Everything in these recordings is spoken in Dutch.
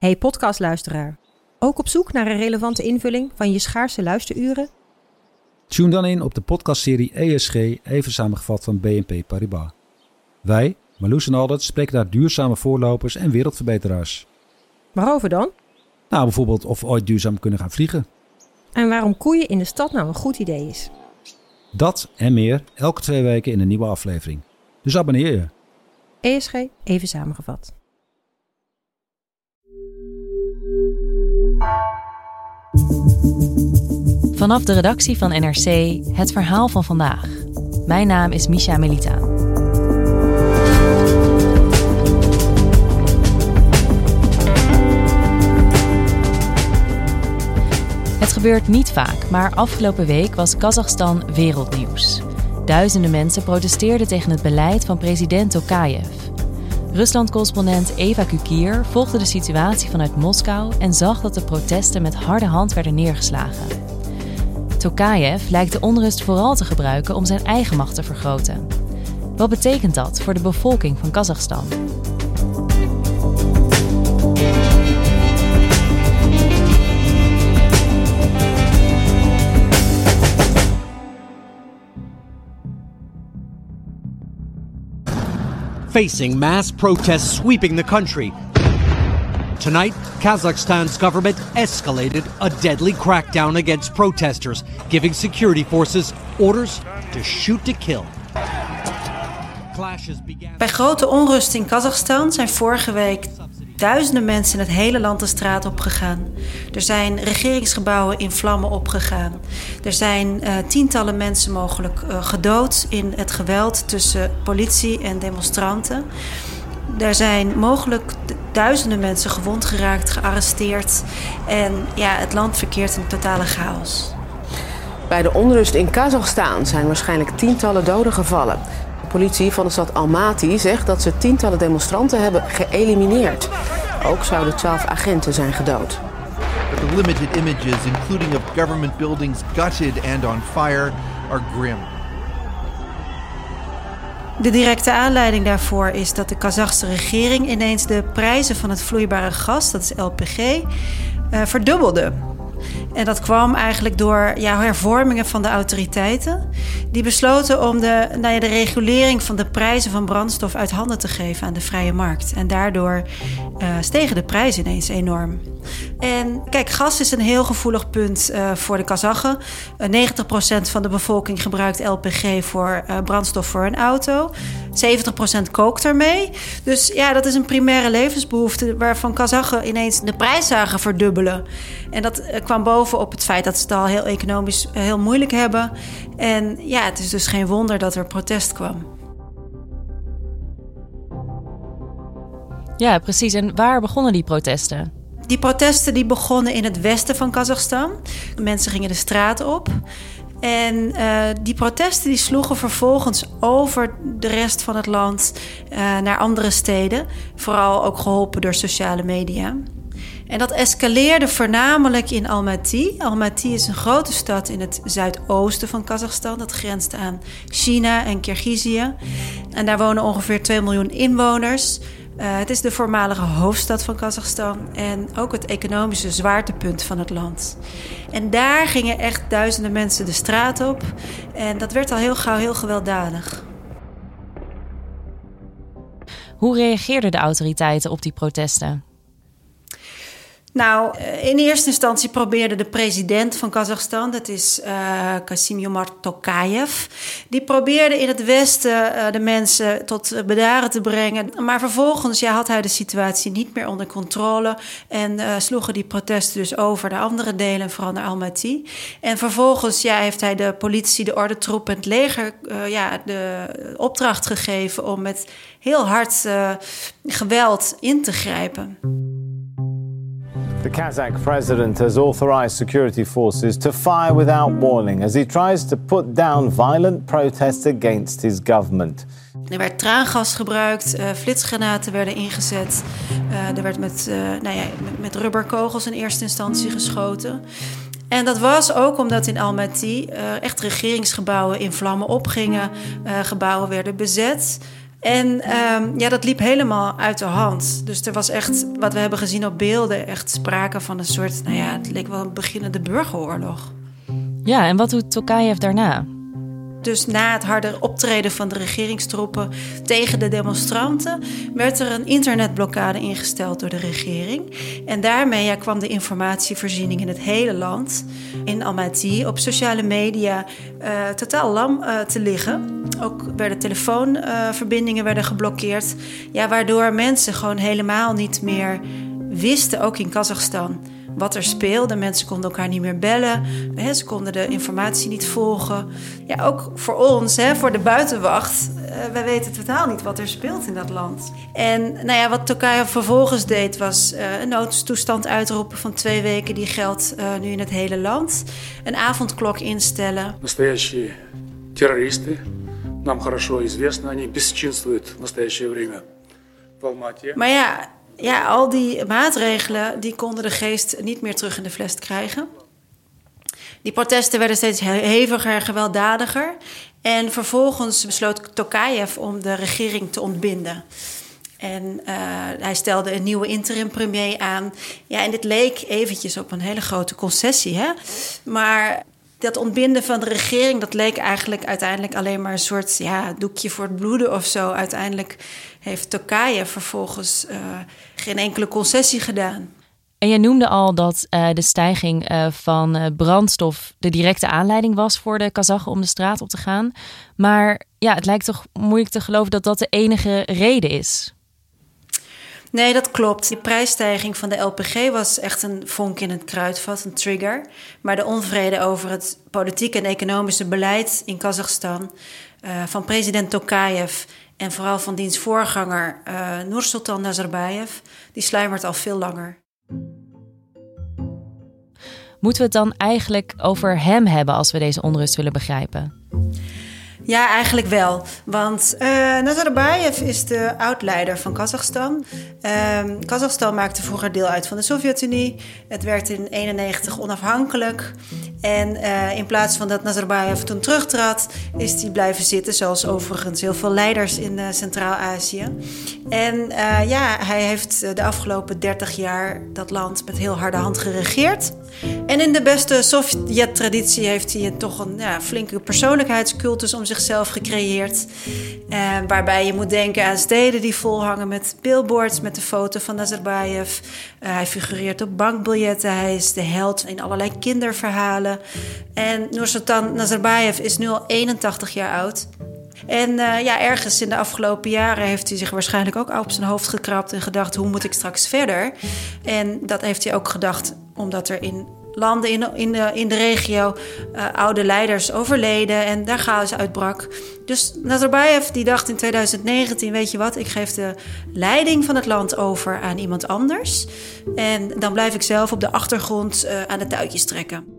Hey podcastluisteraar, ook op zoek naar een relevante invulling van je schaarse luisteruren? Tune dan in op de podcastserie ESG, even samengevat van BNP Paribas. Wij, Marloes en Aldert, spreken daar duurzame voorlopers en wereldverbeteraars. Waarover dan? Nou, bijvoorbeeld of we ooit duurzaam kunnen gaan vliegen. En waarom koeien in de stad nou een goed idee is. Dat en meer elke 2 weken in een nieuwe aflevering. Dus abonneer je. ESG, even samengevat. Vanaf de redactie van NRC het verhaal van vandaag. Mijn naam is Misha Melita. Het gebeurt niet vaak, maar afgelopen week was Kazachstan wereldnieuws. Duizenden mensen protesteerden tegen het beleid van president Tokayev. Rusland-correspondent Eva Kukier volgde de situatie vanuit Moskou en zag dat de protesten met harde hand werden neergeslagen. Tokayev lijkt de onrust vooral te gebruiken om zijn eigen macht te vergroten. Wat betekent dat voor de bevolking van Kazachstan? Facing mass protests sweeping the country. Tonight, Kazakhstan's government escalated a deadly crackdown against protesters, giving security forces orders to shoot to kill. Bij grote onrust in Kazachstan zijn vorige week duizenden mensen in het hele land de straat opgegaan. Er zijn regeringsgebouwen in vlammen opgegaan. Er zijn tientallen mensen mogelijk gedood in het geweld tussen politie en demonstranten. Er zijn mogelijk duizenden mensen gewond geraakt, gearresteerd. En ja, het land verkeert in totale chaos. Bij de onrust in Kazachstan zijn waarschijnlijk tientallen doden gevallen. De politie van de stad Almaty zegt dat ze tientallen demonstranten hebben geëlimineerd. Ook zouden 12 agenten zijn gedood. The limited images, including of government buildings gutted and on fire, are grim. De directe aanleiding daarvoor is dat de Kazachse regering ineens de prijzen van het vloeibare gas, dat is LPG, verdubbelde. En dat kwam eigenlijk door hervormingen van de autoriteiten. Die besloten om de regulering van de prijzen van brandstof uit handen te geven aan de vrije markt. En daardoor stegen de prijzen ineens enorm. En kijk, gas is een heel gevoelig punt voor de Kazachen. 90% van de bevolking gebruikt LPG voor brandstof voor een auto. 70% kookt ermee. Dus ja, dat is een primaire levensbehoefte waarvan Kazachen ineens de prijs zagen verdubbelen. En dat kwam bovenop het feit dat ze het al heel economisch heel moeilijk hebben. En ja, het is dus geen wonder dat er protest kwam. Ja, precies. En waar begonnen die protesten? Die protesten die begonnen in het westen van Kazachstan. Mensen gingen de straat op. En die protesten die sloegen vervolgens over de rest van het land naar andere steden. Vooral ook geholpen door sociale media. En dat escaleerde voornamelijk in Almaty. Almaty is een grote stad in het zuidoosten van Kazachstan. Dat grenst aan China en Kirgizië. En daar wonen ongeveer 2 miljoen inwoners. Het is de voormalige hoofdstad van Kazachstan en ook het economische zwaartepunt van het land. En daar gingen echt duizenden mensen de straat op. En dat werd al heel gauw heel gewelddadig. Hoe reageerden de autoriteiten op die protesten? Nou, in eerste instantie probeerde de president van Kazachstan, dat is Kassym-Jomart Tokayev, die probeerde in het westen de mensen tot bedaren te brengen. Maar vervolgens had hij de situatie niet meer onder controle en sloegen die protesten dus over naar andere delen, vooral naar Almaty. En vervolgens heeft hij de politie, de ordentroep en het leger de opdracht gegeven om met heel hard geweld in te grijpen. The Kazakh president has authorized security forces to fire without warning as he tries to put down violent protests against his government. Er werd traangas gebruikt, flitsgranaten werden ingezet. Er werd met rubberkogels in eerste instantie geschoten. En dat was ook omdat in Almaty echt regeringsgebouwen in vlammen opgingen. Gebouwen werden bezet. En dat liep helemaal uit de hand. Dus er was echt, wat we hebben gezien op beelden, echt sprake van een soort, het leek wel een beginnende burgeroorlog. Ja, en wat doet Tokayev daarna? Dus na het harde optreden van de regeringstroepen tegen de demonstranten werd er een internetblokkade ingesteld door de regering. En daarmee kwam de informatievoorziening in het hele land, in Almaty, op sociale media totaal lam te liggen. Ook werden telefoonverbindingen werden geblokkeerd, waardoor mensen gewoon helemaal niet meer wisten, ook in Kazachstan, wat er speelde. Mensen konden elkaar niet meer bellen. Ze konden de informatie niet volgen. Ja, ook voor ons, voor de buitenwacht. Wij weten totaal niet wat er speelt in dat land. En wat Tokayev vervolgens deed, was een noodtoestand uitroepen van 2 weken. Die geldt nu in het hele land. Een avondklok instellen. Настоящие террористы, нам хорошо известно, они бесчинствуют в настоящее время в Алмате. Maar al die maatregelen die konden de geest niet meer terug in de fles krijgen. Die protesten werden steeds heviger en gewelddadiger. En vervolgens besloot Tokayev om de regering te ontbinden. En hij stelde een nieuwe interim-premier aan. Ja, en dit leek eventjes op een hele grote concessie, hè? Maar dat ontbinden van de regering, dat leek eigenlijk uiteindelijk alleen maar een soort doekje voor het bloeden of zo. Uiteindelijk heeft Tokayev vervolgens geen enkele concessie gedaan. En je noemde al dat de stijging van brandstof de directe aanleiding was voor de Kazachen om de straat op te gaan. Maar het lijkt toch moeilijk te geloven dat dat de enige reden is. Nee, dat klopt. Die prijsstijging van de LPG was echt een vonk in het kruidvat, een trigger. Maar de onvrede over het politieke en economische beleid in Kazachstan van president Tokayev en vooral van diens voorganger Nursultan Nazarbayev, die sluimert al veel langer. Moeten we het dan eigenlijk over hem hebben als we deze onrust willen begrijpen? Ja, eigenlijk wel. Want Nazarbayev is de oud-leider van Kazachstan. Kazachstan maakte vroeger deel uit van de Sovjet-Unie. Het werd in 1991 onafhankelijk. En in plaats van dat Nazarbayev toen terugtrad, is hij blijven zitten, zoals overigens heel veel leiders in Centraal-Azië. En hij heeft de afgelopen 30 jaar dat land met heel harde hand geregeerd. En in de beste Sovjet-traditie heeft hij toch een flinke persoonlijkheidscultus om zichzelf gecreëerd. Waarbij je moet denken aan steden die volhangen met billboards met de foto van Nazarbayev. Hij figureert op bankbiljetten. Hij is de held in allerlei kinderverhalen. En Nursultan Nazarbayev is nu al 81 jaar oud. En ergens in de afgelopen jaren heeft hij zich waarschijnlijk ook op zijn hoofd gekrapt en gedacht, hoe moet ik straks verder? En dat heeft hij ook gedacht omdat er in landen in de regio oude leiders overleden en daar chaos uitbrak. Dus Nazarbayev die dacht in 2019, weet je wat, ik geef de leiding van het land over aan iemand anders. En dan blijf ik zelf op de achtergrond aan de touwtjes trekken.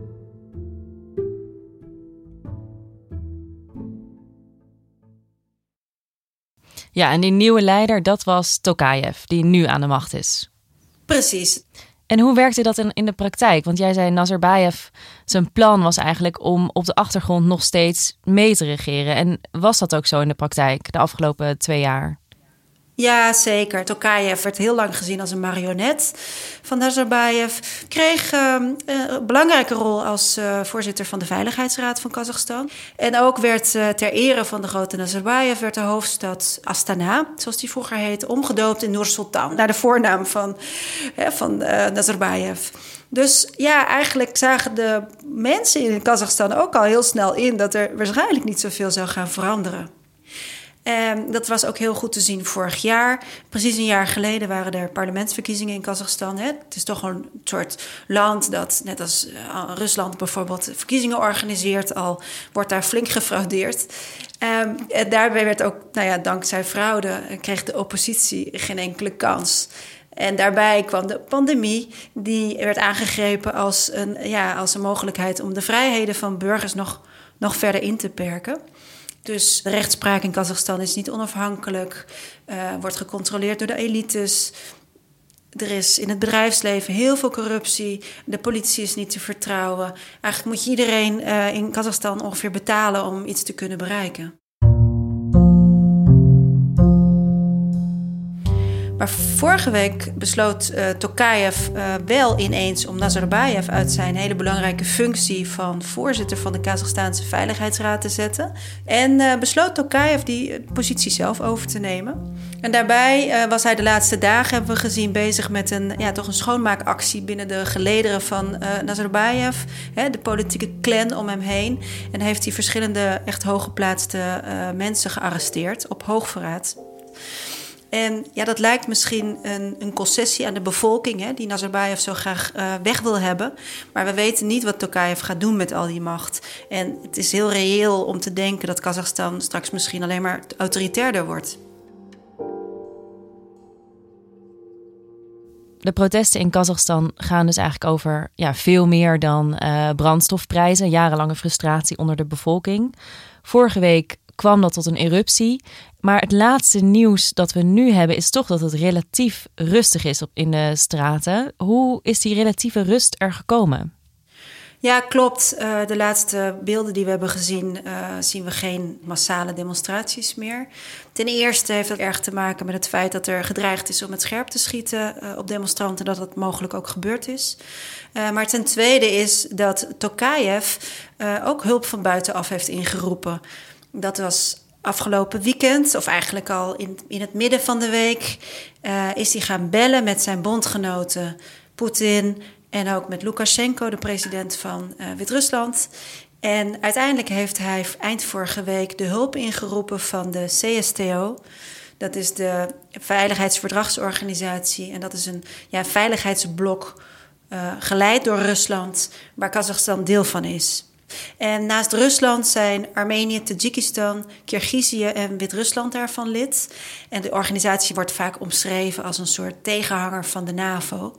Ja, en die nieuwe leider, dat was Tokayev, die nu aan de macht is. Precies. En hoe werkte dat in de praktijk? Want jij zei Nazarbayev, zijn plan was eigenlijk om op de achtergrond nog steeds mee te regeren. En was dat ook zo in de praktijk de afgelopen 2 jaar? Ja, zeker. Tokayev werd heel lang gezien als een marionet van Nazarbayev. Kreeg een belangrijke rol als voorzitter van de Veiligheidsraad van Kazachstan. En ook werd ter ere van de grote Nazarbayev werd de hoofdstad Astana, zoals die vroeger heette, omgedoopt in Nur-Sultan, naar de voornaam van Nazarbayev. Dus eigenlijk zagen de mensen in Kazachstan ook al heel snel in dat er waarschijnlijk niet zoveel zou gaan veranderen. Dat was ook heel goed te zien vorig jaar. Precies een jaar geleden waren er parlementsverkiezingen in Kazachstan. Hè. Het is toch een soort land dat, net als Rusland bijvoorbeeld, verkiezingen organiseert. Al wordt daar flink gefraudeerd. En daarbij werd ook, dankzij fraude, kreeg de oppositie geen enkele kans. En daarbij kwam de pandemie, die werd aangegrepen als een mogelijkheid om de vrijheden van burgers nog verder in te perken. Dus de rechtspraak in Kazachstan is niet onafhankelijk, wordt gecontroleerd door de elites. Er is in het bedrijfsleven heel veel corruptie, de politie is niet te vertrouwen. Eigenlijk moet je iedereen in Kazachstan ongeveer betalen om iets te kunnen bereiken. Maar vorige week besloot Tokayev wel ineens om Nazarbayev uit zijn hele belangrijke functie van voorzitter van de Kazachstaanse Veiligheidsraad te zetten. En besloot Tokayev die positie zelf over te nemen. En daarbij was hij de laatste dagen, hebben we gezien, bezig met toch een schoonmaakactie binnen de gelederen van Nazarbayev. De politieke clan om hem heen. En heeft hij verschillende echt hooggeplaatste mensen gearresteerd op hoogverraad. En dat lijkt misschien een concessie aan de bevolking, die Nazarbayev zo graag weg wil hebben. Maar we weten niet wat Tokayev gaat doen met al die macht. En het is heel reëel om te denken dat Kazachstan straks misschien alleen maar autoritairder wordt. De protesten in Kazachstan gaan dus eigenlijk over veel meer dan brandstofprijzen. Jarenlange frustratie onder de bevolking. Vorige week kwam dat tot een eruptie. Maar het laatste nieuws dat we nu hebben is toch dat het relatief rustig is in de straten. Hoe is die relatieve rust er gekomen? Ja, klopt. De laatste beelden die we hebben gezien, zien we geen massale demonstraties meer. Ten eerste heeft dat erg te maken met het feit dat er gedreigd is om het scherp te schieten op demonstranten, dat dat mogelijk ook gebeurd is. Maar ten tweede is dat Tokayev ook hulp van buitenaf heeft ingeroepen. Dat was afgelopen weekend, of eigenlijk al in het midden van de week, is hij gaan bellen met zijn bondgenoten Poetin en ook met Lukashenko, de president van Wit-Rusland. En uiteindelijk heeft hij eind vorige week de hulp ingeroepen van de CSTO. Dat is de Veiligheidsverdragsorganisatie. En dat is een veiligheidsblok geleid door Rusland, waar Kazachstan deel van is. En naast Rusland zijn Armenië, Tajikistan, Kirgizië en Wit-Rusland daarvan lid. En de organisatie wordt vaak omschreven als een soort tegenhanger van de NAVO.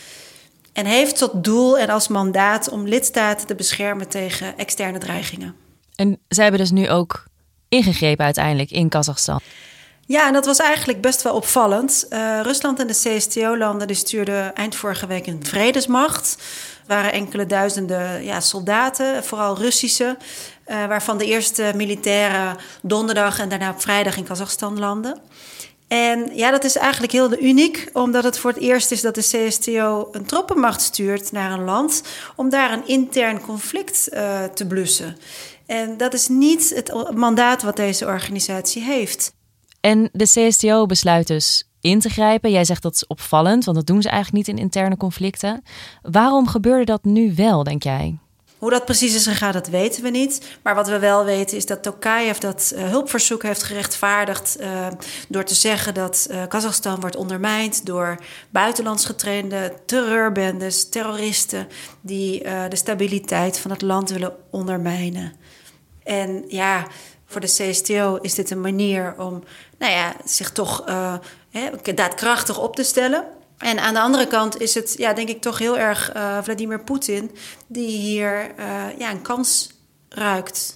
En heeft tot doel en als mandaat om lidstaten te beschermen tegen externe dreigingen. En zij hebben dus nu ook ingegrepen uiteindelijk in Kazachstan. Ja, en dat was eigenlijk best wel opvallend. Rusland en de CSTO-landen die stuurden eind vorige week een vredesmacht. Er waren enkele duizenden soldaten, vooral Russische, waarvan de eerste militairen donderdag en daarna op vrijdag in Kazachstan landen. En dat is eigenlijk heel uniek, omdat het voor het eerst is dat de CSTO een troppenmacht stuurt naar een land om daar een intern conflict te blussen. En dat is niet het mandaat wat deze organisatie heeft. En de CSTO besluit dus in te grijpen. Jij zegt dat is opvallend, want dat doen ze eigenlijk niet in interne conflicten. Waarom gebeurde dat nu wel, denk jij? Hoe dat precies is gegaan, dat weten we niet. Maar wat we wel weten is dat Tokayev dat hulpverzoek heeft gerechtvaardigd door te zeggen dat Kazachstan wordt ondermijnd door buitenlands getrainde terreurbendes, terroristen die de stabiliteit van het land willen ondermijnen. En voor de CSTO is dit een manier om zich toch daadkrachtig op te stellen. En aan de andere kant is het, denk ik, toch heel erg Vladimir Poetin die hier een kans ruikt.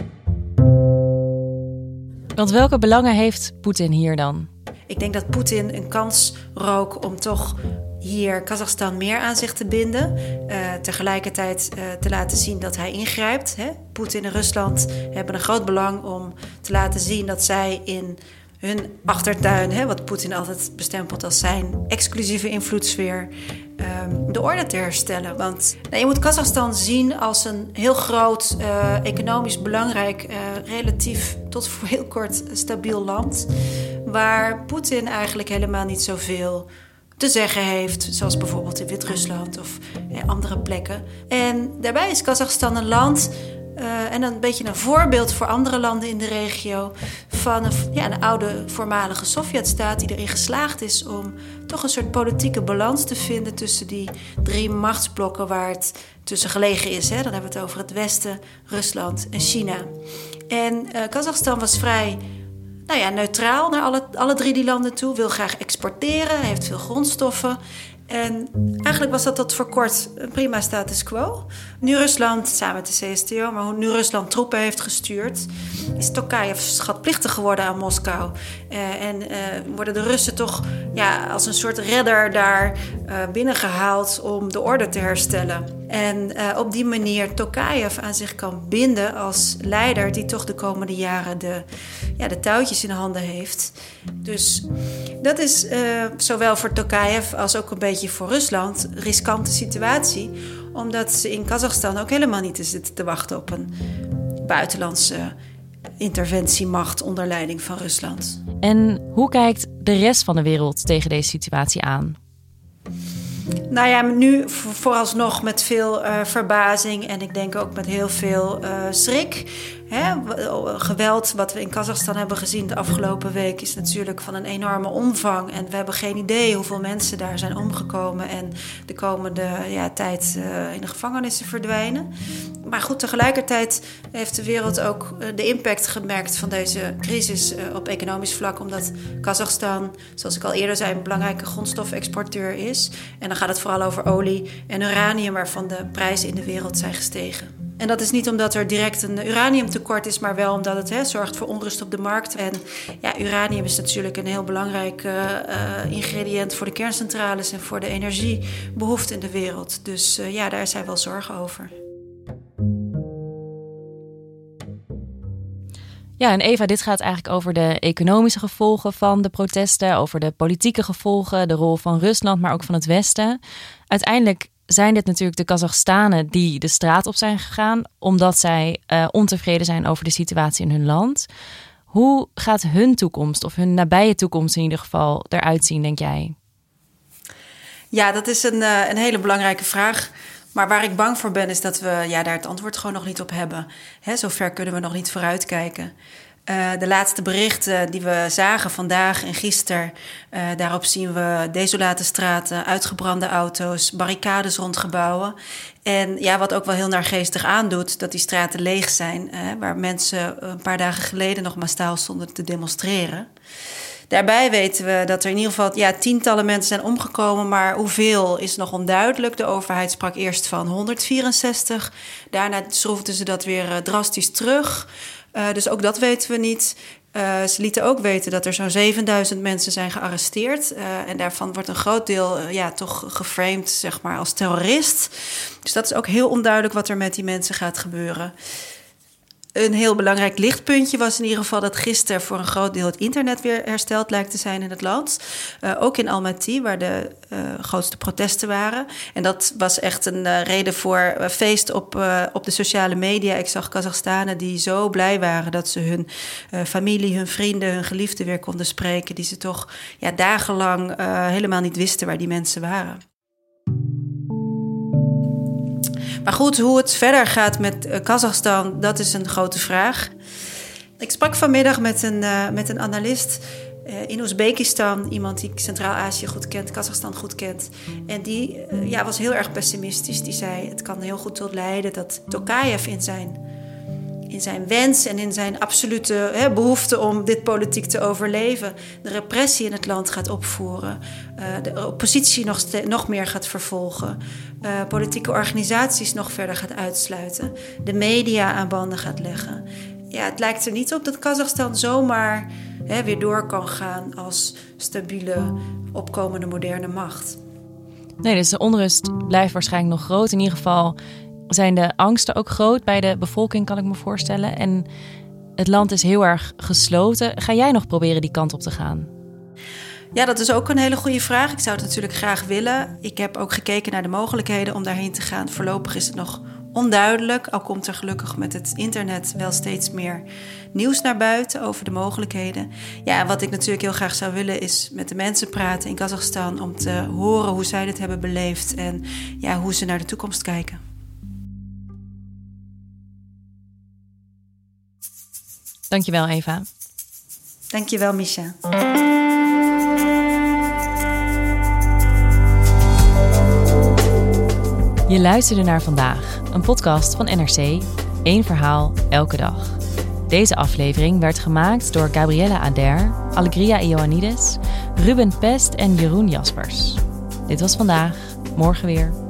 Want welke belangen heeft Poetin hier dan? Ik denk dat Poetin een kans rook om toch hier Kazachstan meer aan zich te binden. Tegelijkertijd te laten zien dat hij ingrijpt. Poetin en Rusland hebben een groot belang om te laten zien dat zij in hun achtertuin, wat Poetin altijd bestempelt als zijn exclusieve invloedssfeer, de orde te herstellen. Want je moet Kazachstan zien als een heel groot, economisch belangrijk, relatief tot voor heel kort stabiel land, waar Poetin eigenlijk helemaal niet zoveel te zeggen heeft, zoals bijvoorbeeld in Wit-Rusland of andere plekken. En daarbij is Kazachstan een land en een beetje een voorbeeld voor andere landen in de regio van een oude voormalige Sovjetstaat die erin geslaagd is om toch een soort politieke balans te vinden tussen die drie machtsblokken waar het tussen gelegen is. Dan hebben we het over het Westen, Rusland en China. En Kazachstan was vrij neutraal naar alle drie die landen toe, wil graag exporteren, heeft veel grondstoffen. En eigenlijk was dat tot voor kort een prima status quo. Nu Rusland, samen met de CSTO, maar nu Rusland troepen heeft gestuurd, is Tokayev schatplichtig geworden aan Moskou. En worden de Russen toch als een soort redder daar binnengehaald om de orde te herstellen. En op die manier Tokayev aan zich kan binden als leider die toch de komende jaren de touwtjes in handen heeft. Dus dat is zowel voor Tokayev als ook een beetje voor Rusland een riskante situatie. Omdat ze in Kazachstan ook helemaal niet zitten te wachten op een buitenlandse interventiemacht onder leiding van Rusland. En hoe kijkt de rest van de wereld tegen deze situatie aan? Nou ja, nu vooralsnog met veel verbazing en ik denk ook met heel veel schrik. Geweld wat we in Kazachstan hebben gezien de afgelopen week is natuurlijk van een enorme omvang. En we hebben geen idee hoeveel mensen daar zijn omgekomen en de komende tijd in de gevangenissen verdwijnen. Maar goed, tegelijkertijd heeft de wereld ook de impact gemerkt van deze crisis op economisch vlak. Omdat Kazachstan, zoals ik al eerder zei, een belangrijke grondstofexporteur is. En dan gaat het vooral over olie en uranium, waarvan de prijzen in de wereld zijn gestegen. En dat is niet omdat er direct een uraniumtekort is, maar wel omdat het zorgt voor onrust op de markt. En uranium is natuurlijk een heel belangrijk ingrediënt voor de kerncentrales en voor de energiebehoefte in de wereld. Dus daar zijn wel zorgen over. Ja, en Eva, dit gaat eigenlijk over de economische gevolgen van de protesten, over de politieke gevolgen, de rol van Rusland, maar ook van het Westen. Uiteindelijk zijn dit natuurlijk de Kazachstanen die de straat op zijn gegaan, omdat zij ontevreden zijn over de situatie in hun land. Hoe gaat hun toekomst, of hun nabije toekomst in ieder geval, eruit zien, denk jij? Ja, dat is een hele belangrijke vraag. Maar waar ik bang voor ben, is dat we daar het antwoord gewoon nog niet op hebben. Zover kunnen we nog niet vooruitkijken. De laatste berichten die we zagen vandaag en gisteren, daarop zien we desolate straten, uitgebrande auto's, barricades rond gebouwen. En wat ook wel heel naargeestig aandoet, dat die straten leeg zijn, waar mensen een paar dagen geleden nog massaal stonden te demonstreren. Daarbij weten we dat er in ieder geval tientallen mensen zijn omgekomen, maar hoeveel is nog onduidelijk. De overheid sprak eerst van 164. Daarna schroefden ze dat weer drastisch terug. Dus ook dat weten we niet. Ze lieten ook weten dat er zo'n 7000 mensen zijn gearresteerd. En daarvan wordt een groot deel toch geframed, zeg maar, als terrorist. Dus dat is ook heel onduidelijk wat er met die mensen gaat gebeuren. Een heel belangrijk lichtpuntje was in ieder geval dat gisteren voor een groot deel het internet weer hersteld lijkt te zijn in het land. Ook in Almaty, waar de grootste protesten waren. En dat was echt een reden voor feest op de sociale media. Ik zag Kazachstanen die zo blij waren dat ze hun familie, hun vrienden, hun geliefden weer konden spreken. Die ze toch dagenlang helemaal niet wisten waar die mensen waren. Maar goed, hoe het verder gaat met Kazachstan, dat is een grote vraag. Ik sprak vanmiddag met een analist in Oezbekistan. Iemand die Centraal-Azië goed kent, Kazachstan goed kent. En die was heel erg pessimistisch. Die zei, het kan heel goed tot leiden dat Tokayev in zijn wens en in zijn absolute behoefte om dit politiek te overleven, de repressie in het land gaat opvoeren, de oppositie nog meer gaat vervolgen, politieke organisaties nog verder gaat uitsluiten, de media aan banden gaat leggen. Ja, het lijkt er niet op dat Kazachstan zomaar weer door kan gaan als stabiele, opkomende, moderne macht. Nee, dus de onrust blijft waarschijnlijk nog groot. In ieder geval zijn de angsten ook groot bij de bevolking, kan ik me voorstellen. En het land is heel erg gesloten. Ga jij nog proberen die kant op te gaan? Ja, dat is ook een hele goede vraag. Ik zou het natuurlijk graag willen. Ik heb ook gekeken naar de mogelijkheden om daarheen te gaan. Voorlopig is het nog onduidelijk. Al komt er gelukkig met het internet wel steeds meer nieuws naar buiten over de mogelijkheden. Ja, en wat ik natuurlijk heel graag zou willen is met de mensen praten in Kazachstan om te horen hoe zij dit hebben beleefd en hoe ze naar de toekomst kijken. Dankjewel, Eva. Dankjewel, Misha. Je luisterde naar Vandaag, een podcast van NRC. 1 verhaal, elke dag. Deze aflevering werd gemaakt door Gabriella Ader, Alegria Ioannidis, Ruben Pest en Jeroen Jaspers. Dit was Vandaag, morgen weer.